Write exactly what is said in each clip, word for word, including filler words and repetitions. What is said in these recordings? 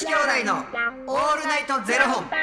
子兄弟のオールナイトゼロ本。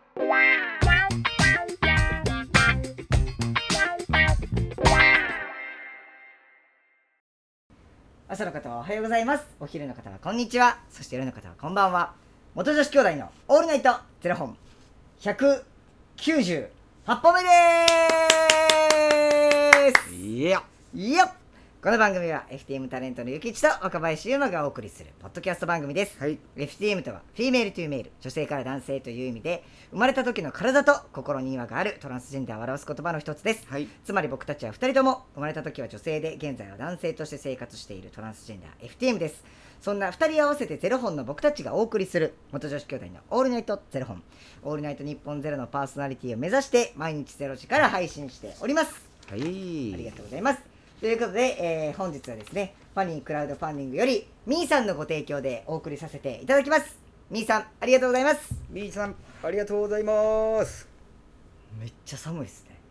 朝の方はおはようございます。お昼の方はこんにちは。そして夜の方はこんばんは。元女子兄弟のオールナイトゼロ本ひゃくきゅうじゅうはち本目でーす。 いやいやこの番組は エフティーエム タレントのゆきちと若林優馬がお送りするポッドキャスト番組です、 はい、 エフティーエム とはフィメールトゥーメール、女性から男性という意味で、生まれた時の体と心に違和があるトランスジェンダーを表す言葉の一つです、 はい、 つまり僕たちはふたりとも生まれた時は女性で現在は男性として生活しているトランスジェンダー エフティーエム です。そんなふたり合わせてゼロ本の僕たちがお送りする元女子兄弟のオールナイトゼロ本、オールナイト日本ゼロのパーソナリティを目指して毎日ゼロ時から配信しております。 はい、 ありがとうございます。ということで、えー、本日はですね、ファニークラウドファンディングよりみーさんのご提供でお送りさせていただきます。みーさんありがとうございます。 みーさんありがとうございます。 めっちゃ寒いですね。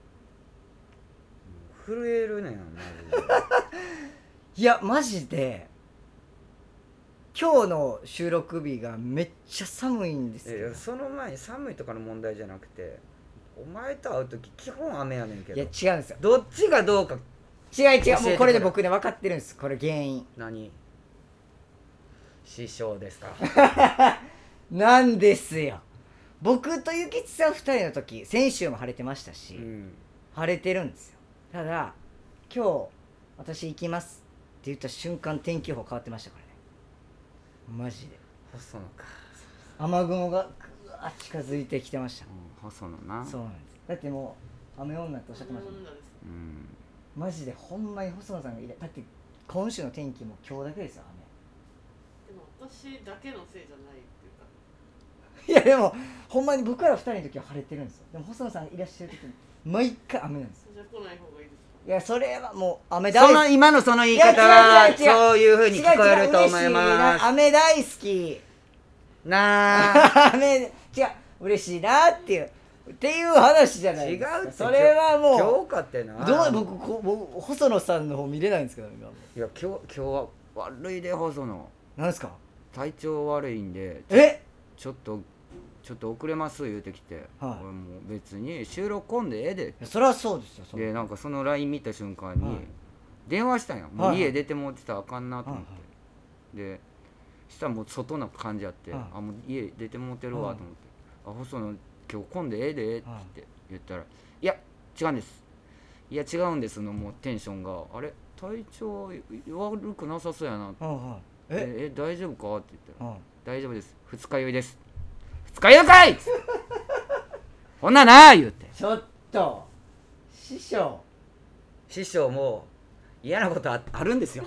震えるねんマジでいやマジで今日の収録日がめっちゃ寒いんですけど、 いやその前に寒いとかの問題じゃなくて、お前と会うとき基本雨やねんけど、 いや違うんですよ。 どっちがどうか違う違う、もうこれで僕ね分かってるんです。これ原因何師匠ですかなんですよ。僕とゆきちさんふたりの時、先週も晴れてましたし、うん、晴れてるんですよ。ただ今日私行きますって言った瞬間、天気予報変わってましたからね。マジで細野か。 雨雲がぐわー近づいてきてました、 うん、細野な。 そうなんです。だってもう雨女っておっしゃってましたね、うん、マジでほんまに細野さんがいる。だって今週の天気も今日だけですよ、 雨。でも私だけのせいじゃないっていうか、 いやでもほんまに僕らふたりの時は晴れてるんですよ。でも細野さんがいらっしゃる時に毎回雨なんですよ。 じゃあ来ない方がいいですか。 いやそれはもう雨大好き。 その今のその言い方はそういう風に聞こえると思います。 雨大好きなあ雨違う嬉しいなっていうっていう話じゃないですか。 違うって。 それはもう今日かってな。 どう僕こ僕細野さんの方見れないんですけど今も。 いや今日今日は悪いで細野。 なんですか。 体調悪いんで。 えちょっとちょっと遅れます言うてきて、はい、俺もう別に収録こんでええで。 そりゃそうですよ。そでなんかその ライン 見た瞬間に、はい、電話したんや。もう家出てもってたらあかんなと思って、はいはい、でしたらもう外の感じあって、はい、あもう家出てもってるわと思って、はい、あ細野今日こんでええでって言ったら、はい、いや違うんです、いや違うんですのもうテンションがあれ体調悪くなさそうやなって、はいはい、ええ大丈夫かって言ったら、はい、大丈夫です二日酔いです。二日酔いかいほんなな言うて。 ちょっと師匠師匠も嫌なこと あ, あるんですよ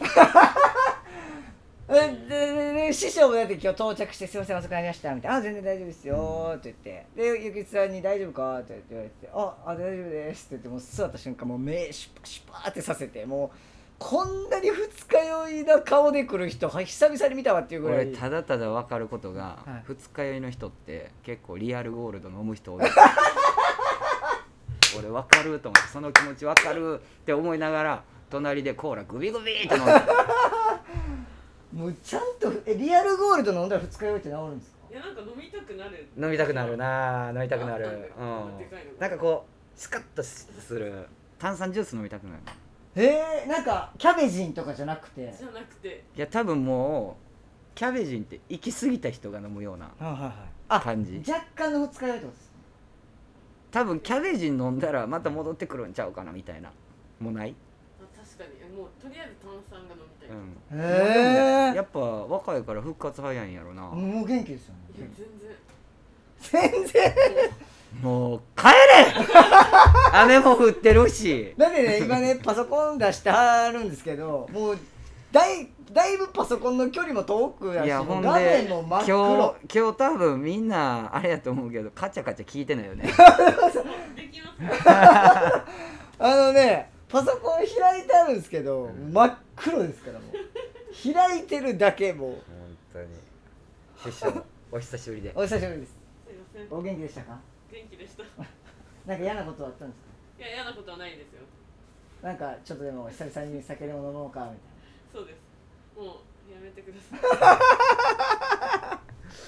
ででで師匠もだって今日到着してすいません遅くなりましたみたいな、あ全然大丈夫ですよって言って、でゆきつさんに大丈夫かって言われて、ああ大丈夫ですって言って、もう座った瞬間もう目シュパシュパってさせて、もうこんなに二日酔いな顔で来る人は久々に見たわっていうぐらい。 俺ただただ分かることが、はい、二日酔いの人って結構リアルゴールド飲む人多い俺分かると思って、その気持ち分かるって思いながら隣でコーラグビグビって飲んでもうちゃんとえリアルゴールド飲んだら二日酔いって治るんですか。 いやなんか飲みたくなる飲みたくなるな飲みたくなる、うん、なんかこうスカッとする炭酸ジュース飲みたくなる。 えー、なんかキャベジンとかじゃなくてじゃなくていや多分もうキャベジンって行き過ぎた人が飲むような感じ、 はいはいはい、あ若干の二日酔いってことですね。 多分キャベジン飲んだらまた戻ってくるんちゃうかなみたいなもうない。 あ確かにもうとりあえず炭酸が飲みたい、 うん、 へえやっぱ若いから復活早いんやろな。 もう元気ですよね。 いや全然全然もう帰れ雨も降ってるし。 だってね今ねパソコン出してはるんですけど、もうだいだいぶパソコンの距離も遠くやし、 いやほんで画面も真っ黒。 今日今日多分みんなあれやと思うけどカチャカチャ聞いてないよねできますあのねパソコン開いてあるんですけど、うん、真っ黒ですからもう開いてるだけもう。 本当に師匠お久しぶりで。 お久しぶりです。 すいません。 お元気でしたか。 元気でしたなんか嫌なことはあったんですか。 いや嫌なことはないですよ。 なんかちょっとでも久々に酒でも飲もうかみたいな。 そうです。もうやめてください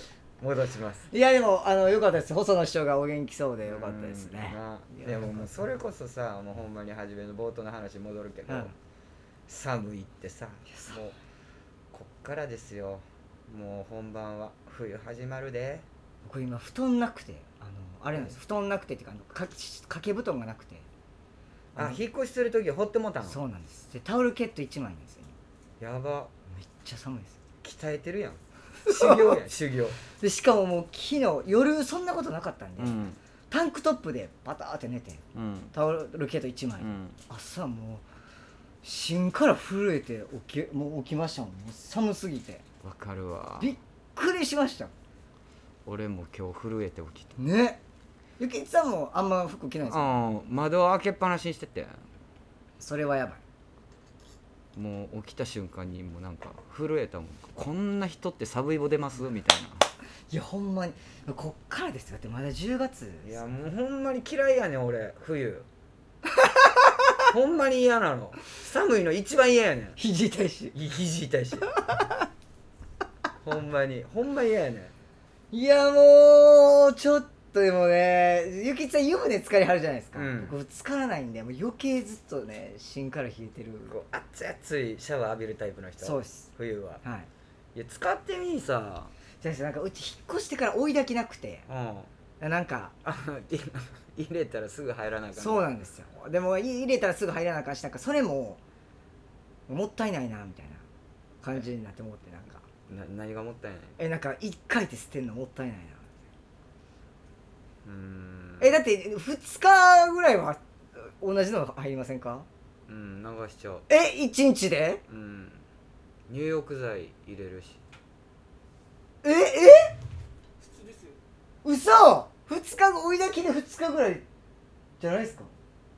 戻します。 いやでもあの良かったです。細野師匠がお元気そうで良かったですね。 でももうそれこそさ、もうほんまに初めの冒頭の話に戻るけど、うん、寒いってさ、もうこっからですよ。もう本番は冬始まるで。 僕今布団なくて、あのあれなんです、布団なくてっていうか、あのか掛け布団がなくて、 あ、引っ越しする時掘ってもたの。 そうなんです。でタオルケットいちまいなんですよね。 やば。 めっちゃ寒いです。 鍛えてるやん。修行やん修行でしかももう昨日夜そんなことなかったんで、うん、タンクトップでパターって寝て、うん、タオルケットいちまい、うん、朝もう芯から震えて起き、もう起きましたもん。もう寒すぎて。 わかるわ。 びっくりしました。 俺も今日震えて起きたね。ゆきちさんもあんま服着ないですか？ ああ、窓開けっぱなしにしてて、 それはやばい。 もう起きた瞬間にもうなんか震えたもん。こんな人ってサブイボ出ますみたいな。 いやほんまにこっからですよ。だってまだじゅうがつ。 いやもうほんまに嫌いやねん俺冬ほんまに嫌なの。寒いの一番嫌やねん。 肘痛いし肘痛いしほんまにほんま嫌やねん。いやもうちょっとでもね、ゆきちさん湯船浸かりはるじゃないですか、うん、僕浸からないんでもう余計ずっとね芯から冷えてる。 こう熱い熱いシャワー浴びるタイプの人。 そうです。 冬は。 はい。 いや使ってみーさ。 じゃあなんかうち引っ越してから追い焚きなくて、うん、なんか入れたらすぐ入らなかった。 そうなんですよ。でも入れたらすぐ入らなかったし、なんかそれももったいないなみたいな感じになって思って、なんかな何がもったいない？ えなんかいっかいで捨てるのもったいないな。 うーんえだってふつかぐらいは同じの入りませんか？ うん、流しちゃう。 えいちにちで？ うん、入浴剤入れるし。 ええ普通ですよ。 嘘。ふつか追い焚きでふつかぐらいじゃないですか？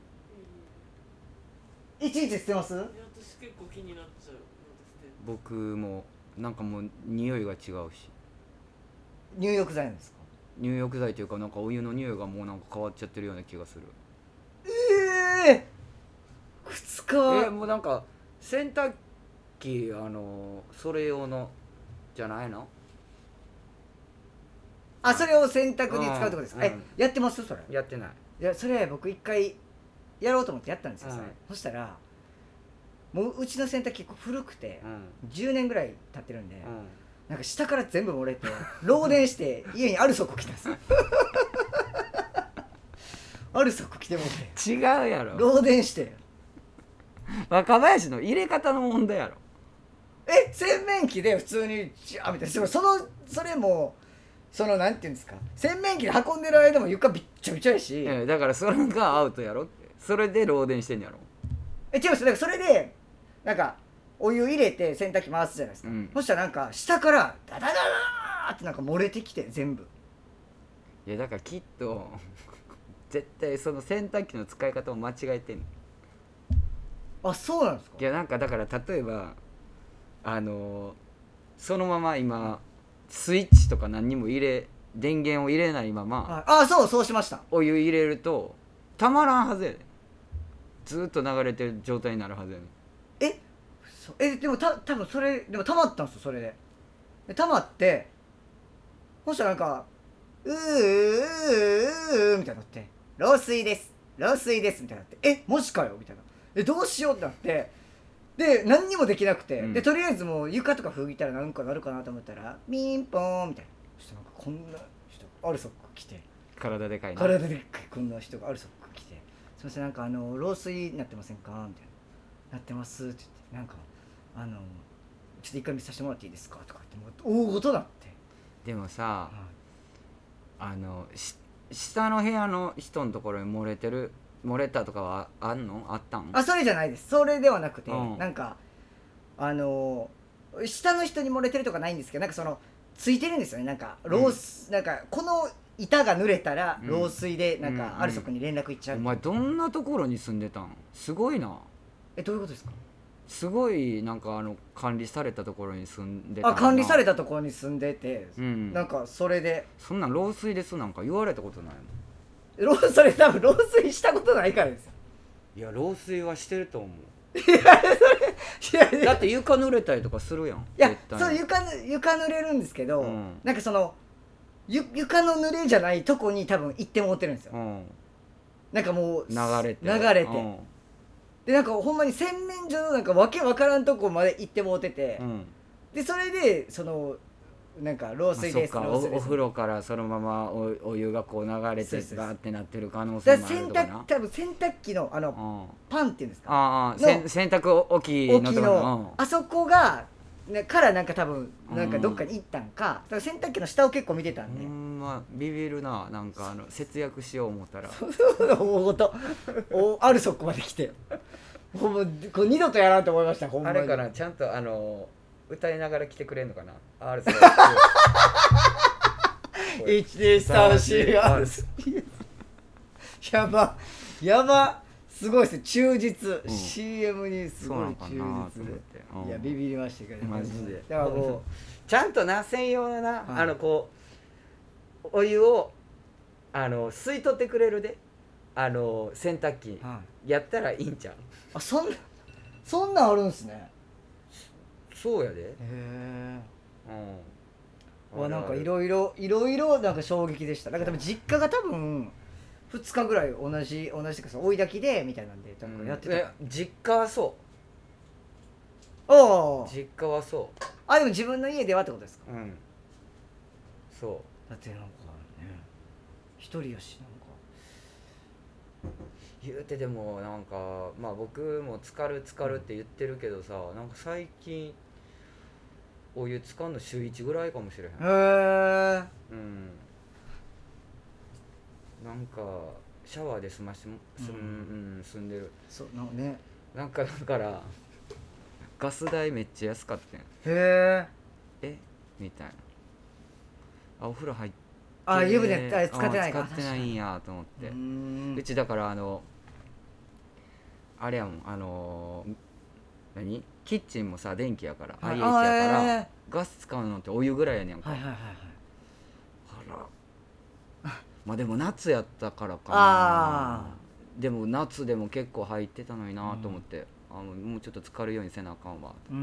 いちにち捨てます？いや私結構気になっちゃう。 僕もなんかもう匂いが違うし。 入浴剤なんですか？ 入浴剤というかなんかお湯の匂いがもうなんか変わっちゃってるような気がする。 ええー、ふつか。 えもうなんか洗濯機あのそれ用のじゃないの？ あ、それを洗濯に使うってことですか？うん、え、やってますそれ？ やってない。 いやそれ僕一回やろうと思ってやったんですよ、それ、うん、そしたらもううちの洗濯機結構古くて、うん、じゅうねんぐらい経ってるんで、うん、なんか下から全部漏れて漏電して家にアルソック来たんですよアルソック来てもって違うやろ。 漏電して若林の入れ方の問題やろ。 え洗面器で普通にジャーみたいな、そのそれもそのなんていうんですか、洗面器で運んでる間も床びっちゃびちゃやし、 えだからそれがアウトやろって。それで漏電してんやろ。 え違うんですよ。だからそれでなんかお湯入れて洗濯機回すじゃないですか、うん、そしたらなんか下からダダダダーってなんか漏れてきて全部。 いやだからきっと絶対その洗濯機の使い方を間違えてんの。 あ、そうなんですか？ いやなんかだから例えばあのー、そのまま今スイッチとか何にも入れ電源を入れないまま、 ああそうそうしました。 お湯入れるとたまらんはずやで。ずっと流れてる状態になるはずやねん。 ええでもた多分それでも溜まったんですよ。それでで溜まってそしたらなんかうーうーうーみたいになって漏水です漏水ですみたいになって、えもしかよみたいな、えどうしようってなって、で何にもできなくて、うん、でとりあえずもう床とか拭いたらなんかなるかなと思ったらミンポーンみたいな、そしたらなんかこんな人アルソック来て、 体でかいな、 体でっかいこんな人がアルソック来て、すいませんなんかあの漏水になってませんかみたいな、なってますって言って、なんかあのちょっと一回見させてもらっていいですかとか言ってもう大ごとなって。 でもさ、はい、あの下の部屋の人のところに漏れてる漏れたとかはあんのあったん？ あそれじゃないです。それではなくて、うん、なんかあの下の人に漏れてるとかないんですけど、なんかそのついてるんですよね。なんか漏水、うん、なんかこの板が濡れたら漏水でなんかアルソックに連絡いっちゃう、 うんうん、お前どんなところに住んでたん？すごいな。 えどういうことですか？ すごいなんかあの管理されたところに住んでた。 あ管理されたところに住んでて、 うん、 なんかそれでそんなん漏水ですなんか言われたことないもん。それ多分漏水したことないからですよ。 いや漏水はしてると思う。 いやそれいやだって床濡れたりとかするやん。 いやそう 床, 床濡れるんですけど、うん、なんかそのゆ床の濡れじゃないとこに多分行ってもうてるんですよ、 うん、 なんかもう流れて流れて、 うん、 でなんかほんまに洗面所のなんかわけわからんとこまで行ってもうてて、 うん、 でそれでそのなんか漏水です、 まあ、そっか漏水ですお、お風呂からそのまま お, お湯がこう流れてバーってなってる可能だ性もから洗あるとかな。 濯多分洗濯機のあの、うん、パンっていうんですか、 ああの洗濯置きのところの、 あそこがね、からなんか多分なんかどっかに行ったんか、だから洗濯機の下を結構見てたんで、 ほんまビビるな、なんかあの節約しよう思ったら大ごとおあるそこまで来てほんまこれ二度とやらんと思いました。ほんまにあれかな、ちゃんとあの歌いながら来てくれんのかな。あるそういちにさんしあるやばやばすごいですね、忠実、うん、シーエム にすごい忠実で、うん、いやビビりましたけど、ね、 マジでだからこうちゃんとな専用のな、はい、あのこうお湯をあの吸い取ってくれるで、あの洗濯機、はい、やったらいいんちゃう。 あ、そんなそんなんあるんすね。 そうやで。へえ。うん。わ、 あるあるなんかいろいろいろいろなんか衝撃でした。なんか多分実家が多分ふつかぐらい同じ同じかさ追い炊きでみたいなんでなんかやってた、 うん、実家はそう。 おお。 実家はそう。 あ、でも自分の家ではってことですか。 うん。そう。 だってなんかね、一人やしなんか。 言うてでもなんかまあ僕も浸かる浸かるって言ってるけどさ、なんか最近お湯使うの週いちぐらいかもしれへん。へえ。 うん。なんかシャワーで済ましてす、うんうん、済んでる。 そうなんね。 なんかだからガス代めっちゃ安かったん。へえ。 えみたいな。あ、お風呂入って。 あ、湯船使ってないか。 使ってないんやと思って。うちだからあのあれやもん、あのー、何キッチンもさ電気やから、はい、アイエイチ やから、えー、ガス使うのってお湯ぐらいやねんか。 はいはいはいはい。 あらまあでも夏やったからかな。 あでも夏でも結構入ってたのになと思って、うん、あのもうちょっと浸かるようにせなあかんわと。うん、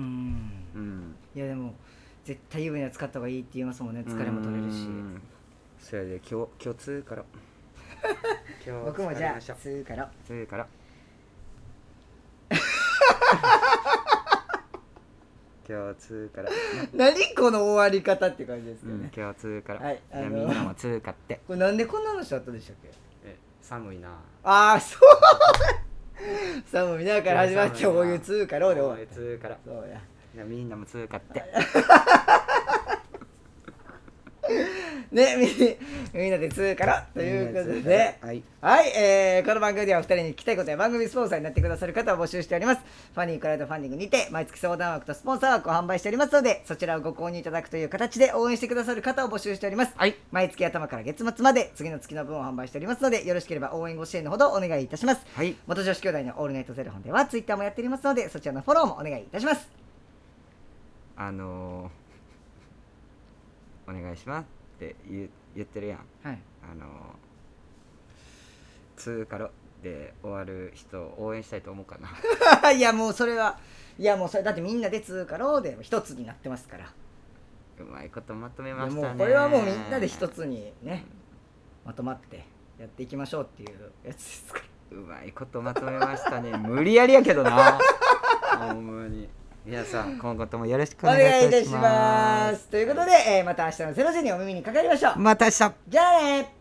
うん、 いやでも絶対湯船は使った方がいいって言いますもんね。疲れも取れるし。 それで今日今日つーから今日僕もじゃあつーからつーから今日つーから何この終わり方って感じですけどね、 うん、今日つーから、 はい、 あのー、みんなもつーかって。 これなんでこんな話あったでしたっけ。 え寒いなああそう寒いなから始まってお湯つーからで終わった。お湯つーからそうやみんなもつーかってね、み, みんなで通からということで、 はい、 はい、えー、この番組ではふたりに聞きたいことや番組スポンサーになってくださる方を募集しております。ファニークラウドファンディングにて毎月相談枠とスポンサー枠を販売しておりますので、そちらをご購入いただくという形で応援してくださる方を募集しております。 はい、 毎月頭から月末まで次の月の分を販売しておりますので、よろしければ応援ご支援のほどお願いいたします。 はい、 元女子兄弟のオールナイトゼロ本ではツイッターもやっておりますので、そちらのフォローもお願いいたします。 あのー、お願いしますって言う言ってるやん、 はい、 あのつーからで終わる人を応援したいと思うかないやもうそれはいやもうそれだってみんなでつーからで一つになってますから。 うまいことまとめましたね。 もうこれはもうみんなで一つにね、うん、まとまってやっていきましょうっていうやつですから。 うまいことまとめましたね無理やりやけどなほんまに皆さん今後ともよろしくお願いいたします。 お願いいたしますということで、えー、また明日のゼロ時にお耳にかかりましょう。 また明日。 じゃあね。